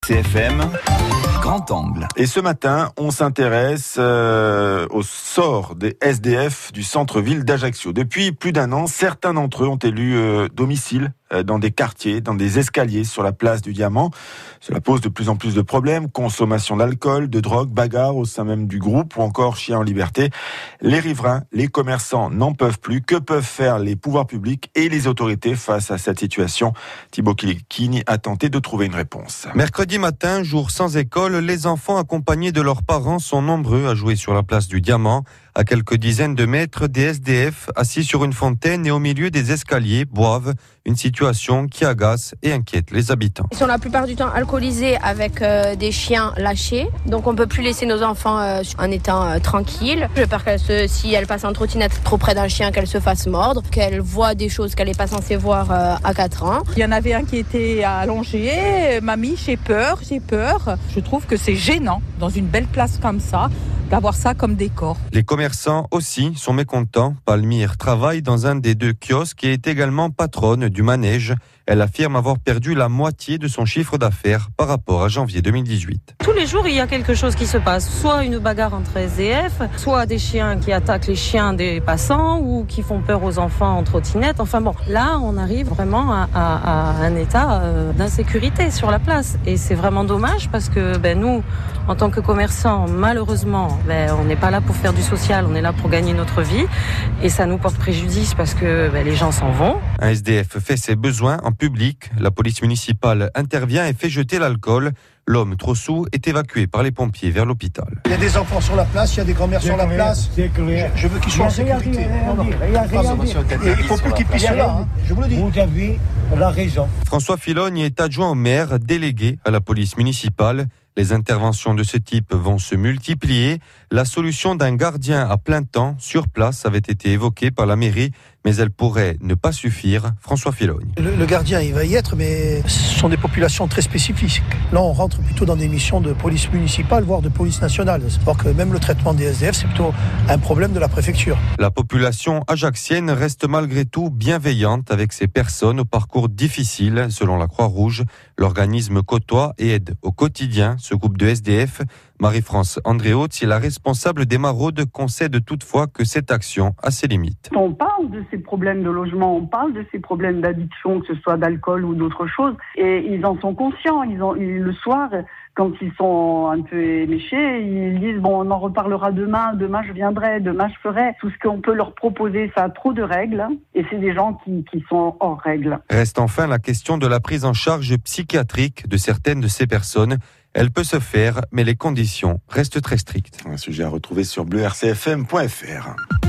RCFM, Grand Angle. Et ce matin, on s'intéresse au sort des SDF du centre-ville d'Ajaccio. Depuis plus d'un an, certains d'entre eux ont élu domicile dans des quartiers, dans des escaliers sur la place du Diamant. Cela pose de plus en plus de problèmes, consommation d'alcool, de drogue, bagarres au sein même du groupe ou encore chiens en liberté. Les riverains, les commerçants n'en peuvent plus. Que peuvent faire les pouvoirs publics et les autorités face à cette situation? Thibaut Kilikini a tenté de trouver une réponse. Mercredi matin, jour sans école, les enfants accompagnés de leurs parents sont nombreux à jouer sur la place du Diamant. À quelques dizaines de mètres, des SDF assis sur une fontaine et au milieu des escaliers boivent, une situation qui agace et inquiète les habitants. Ils sont la plupart du temps alcoolisés avec des chiens lâchés, donc on peut plus laisser nos enfants en étant tranquilles. J'ai peur si elles passent en trottinette trop près d'un chien, qu'elles se fassent mordre, qu'elles voient des choses qu'elle n'est pas censée voir à 4 ans. Il y en avait un qui était allongé, mamie, j'ai peur. Je trouve que c'est gênant dans une belle place comme ça, d'avoir ça comme décor. Les commerçants aussi sont mécontents. Palmyre travaille dans un des 2 kiosques et est également patronne du manège. Elle affirme avoir perdu la moitié de son chiffre d'affaires par rapport à janvier 2018. Tous les jours, il y a quelque chose qui se passe. Soit une bagarre entre SDF, soit des chiens qui attaquent les chiens des passants ou qui font peur aux enfants en trottinette. Enfin bon, là, on arrive vraiment à un état d'insécurité sur la place. Et c'est vraiment dommage parce que nous, en tant que commerçants, malheureusement, on n'est pas là pour faire du social, on est là pour gagner notre vie. Et ça nous porte préjudice parce que les gens s'en vont. Un SDF fait ses besoins en public. La police municipale intervient et fait jeter l'alcool. L'homme trop saoul est évacué par les pompiers vers l'hôpital. Il y a des enfants sur la place, il y a des grand-mères sur la place. Je veux qu'ils soient en sécurité. Il faut plus qu'ils puissent là, je vous le dis. Vous avez la raison. François Filogne est adjoint au maire, délégué à la police municipale. Les interventions de ce type vont se multiplier. La solution d'un gardien à plein temps sur place avait été évoquée par la mairie, mais elle pourrait ne pas suffire. François Filogne. Le gardien, il va y être, mais ce sont des populations très spécifiques. Là, on rentre plutôt dans des missions de police municipale, voire de police nationale. Alors que même le traitement des SDF, c'est plutôt un problème de la préfecture. La population ajaxienne reste malgré tout bienveillante avec ces personnes au parcours difficile. Selon la Croix-Rouge, l'organisme côtoie et aide au quotidien ce groupe de SDF. Marie-France Andréaud, si la responsable des maraudes, concède toutefois que cette action a ses limites. On parle de ces problèmes de logement, on parle de ces problèmes d'addiction, que ce soit d'alcool ou d'autres choses, et ils en sont conscients. Le soir, quand ils sont un peu éméchés, ils disent on en reparlera demain je viendrai, demain je ferai. Tout ce qu'on peut leur proposer, ça a trop de règles, et c'est des gens qui sont hors règles. Reste enfin la question de la prise en charge psychiatrique de certaines de ces personnes. Elle peut se faire, mais les conditions restent très strictes. Un sujet à retrouver sur bleurcfm.fr.